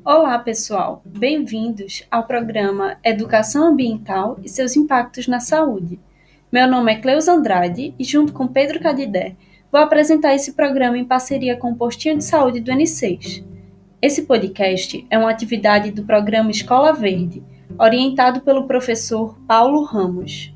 Olá, pessoal! Bem-vindos ao programa Educação Ambiental e seus impactos na saúde. Meu nome é Cleusa Andrade e, junto com Pedro Cadidé, vou apresentar esse programa em parceria com o Postinho de Saúde do N6. Esse podcast é uma atividade do programa Escola Verde, orientado pelo professor Paulo Ramos.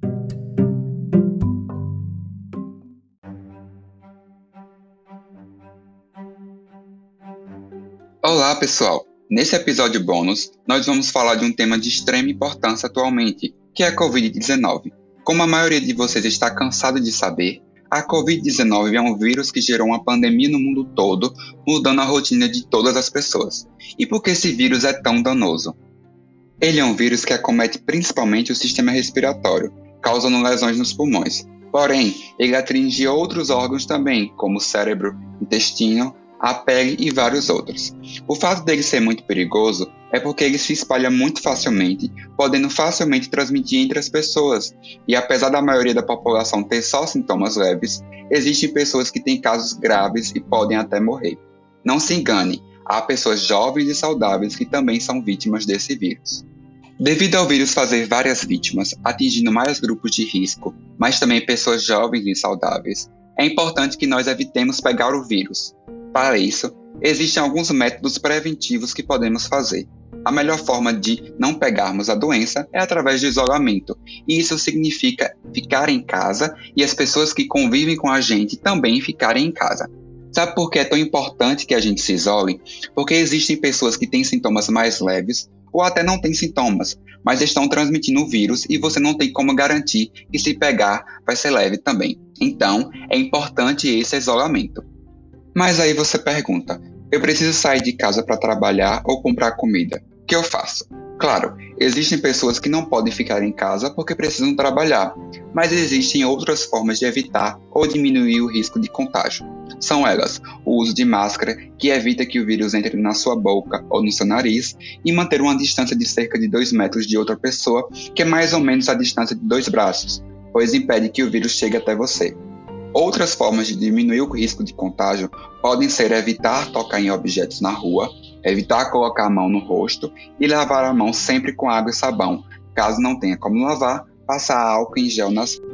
Olá, pessoal! Nesse episódio bônus, nós vamos falar de um tema de extrema importância atualmente, que é a Covid-19. Como a maioria de vocês está cansado de saber, a Covid-19 é um vírus que gerou uma pandemia no mundo todo, mudando a rotina de todas as pessoas. E por que esse vírus é tão danoso? Ele é um vírus que acomete principalmente o sistema respiratório, causando lesões nos pulmões. Porém, ele atinge outros órgãos também, como o cérebro, intestino, a pele e vários outros. O fato dele ser muito perigoso é porque ele se espalha muito facilmente, podendo facilmente transmitir entre as pessoas. E apesar da maioria da população ter só sintomas leves, existem pessoas que têm casos graves e podem até morrer. Não se engane, há pessoas jovens e saudáveis que também são vítimas desse vírus. Devido ao vírus fazer várias vítimas, atingindo mais grupos de risco, mas também pessoas jovens e saudáveis, é importante que nós evitemos pegar o vírus. Para isso, existem alguns métodos preventivos que podemos fazer. A melhor forma de não pegarmos a doença é através do isolamento, e isso significa ficar em casa e as pessoas que convivem com a gente também ficarem em casa. Sabe por que é tão importante que a gente se isole? Porque existem pessoas que têm sintomas mais leves ou até não têm sintomas, mas estão transmitindo o vírus e você não tem como garantir que se pegar vai ser leve também. Então, é importante esse isolamento. Mas aí você pergunta, eu preciso sair de casa para trabalhar ou comprar comida? O que eu faço? Claro, existem pessoas que não podem ficar em casa porque precisam trabalhar, mas existem outras formas de evitar ou diminuir o risco de contágio. São elas, o uso de máscara, que evita que o vírus entre na sua boca ou no seu nariz, e manter uma distância de cerca de 2 metros de outra pessoa, que é mais ou menos a distância de 2 braços, pois impede que o vírus chegue até você. Outras formas de diminuir o risco de contágio podem ser evitar tocar em objetos na rua, evitar colocar a mão no rosto e lavar a mão sempre com água e sabão. Caso não tenha como lavar, passar álcool em gel nas mãos.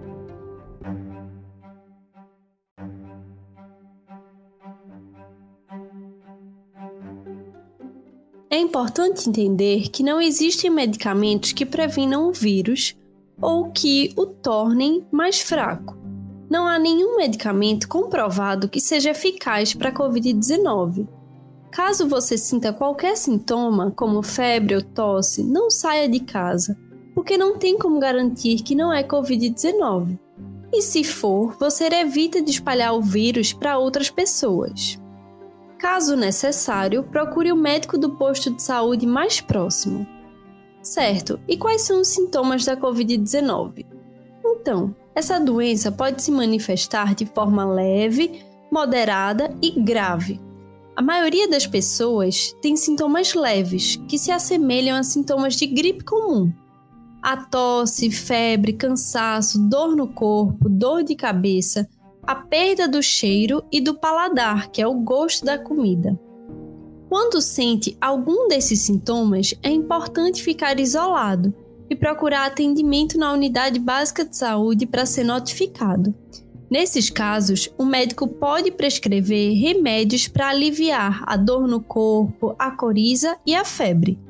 É importante entender que não existem medicamentos que previnam o vírus ou que o tornem mais fraco. Não há nenhum medicamento comprovado que seja eficaz para a Covid-19. Caso você sinta qualquer sintoma, como febre ou tosse, não saia de casa, porque não tem como garantir que não é Covid-19. E se for, você evita de espalhar o vírus para outras pessoas. Caso necessário, procure o médico do posto de saúde mais próximo. Certo, e quais são os sintomas da Covid-19? Então, essa doença pode se manifestar de forma leve, moderada e grave. A maioria das pessoas tem sintomas leves, que se assemelham a sintomas de gripe comum. A tosse, febre, cansaço, dor no corpo, dor de cabeça, a perda do cheiro e do paladar, que é o gosto da comida. Quando sente algum desses sintomas, é importante ficar isolado e procurar atendimento na unidade básica de saúde para ser notificado. Nesses casos, o médico pode prescrever remédios para aliviar a dor no corpo, a coriza e a febre.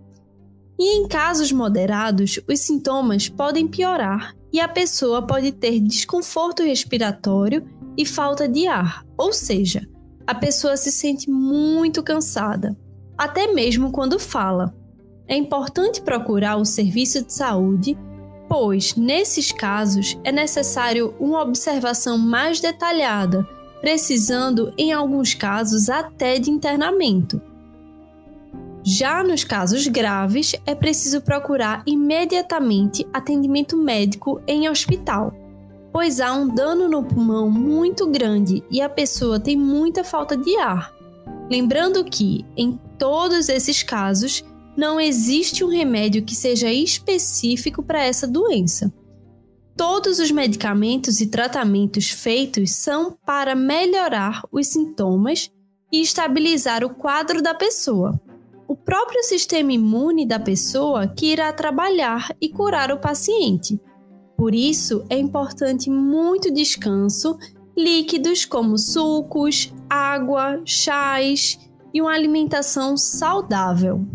E em casos moderados, os sintomas podem piorar e a pessoa pode ter desconforto respiratório e falta de ar, ou seja, a pessoa se sente muito cansada, até mesmo quando fala. É importante procurar o serviço de saúde, pois, nesses casos, é necessário uma observação mais detalhada, precisando, em alguns casos, até de internamento. Já nos casos graves, é preciso procurar imediatamente atendimento médico em hospital, pois há um dano no pulmão muito grande e a pessoa tem muita falta de ar. Lembrando que, em todos esses casos, não existe um remédio que seja específico para essa doença. Todos os medicamentos e tratamentos feitos são para melhorar os sintomas e estabilizar o quadro da pessoa. O próprio sistema imune da pessoa que irá trabalhar e curar o paciente. Por isso, é importante muito descanso, líquidos como sucos, água, chás e uma alimentação saudável.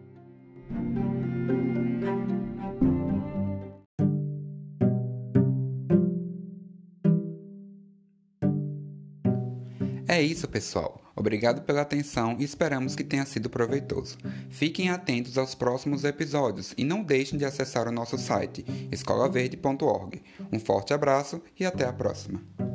É isso, pessoal. Obrigado pela atenção e esperamos que tenha sido proveitoso. Fiquem atentos aos próximos episódios e não deixem de acessar o nosso site escolaverde.org. Um forte abraço e até a próxima.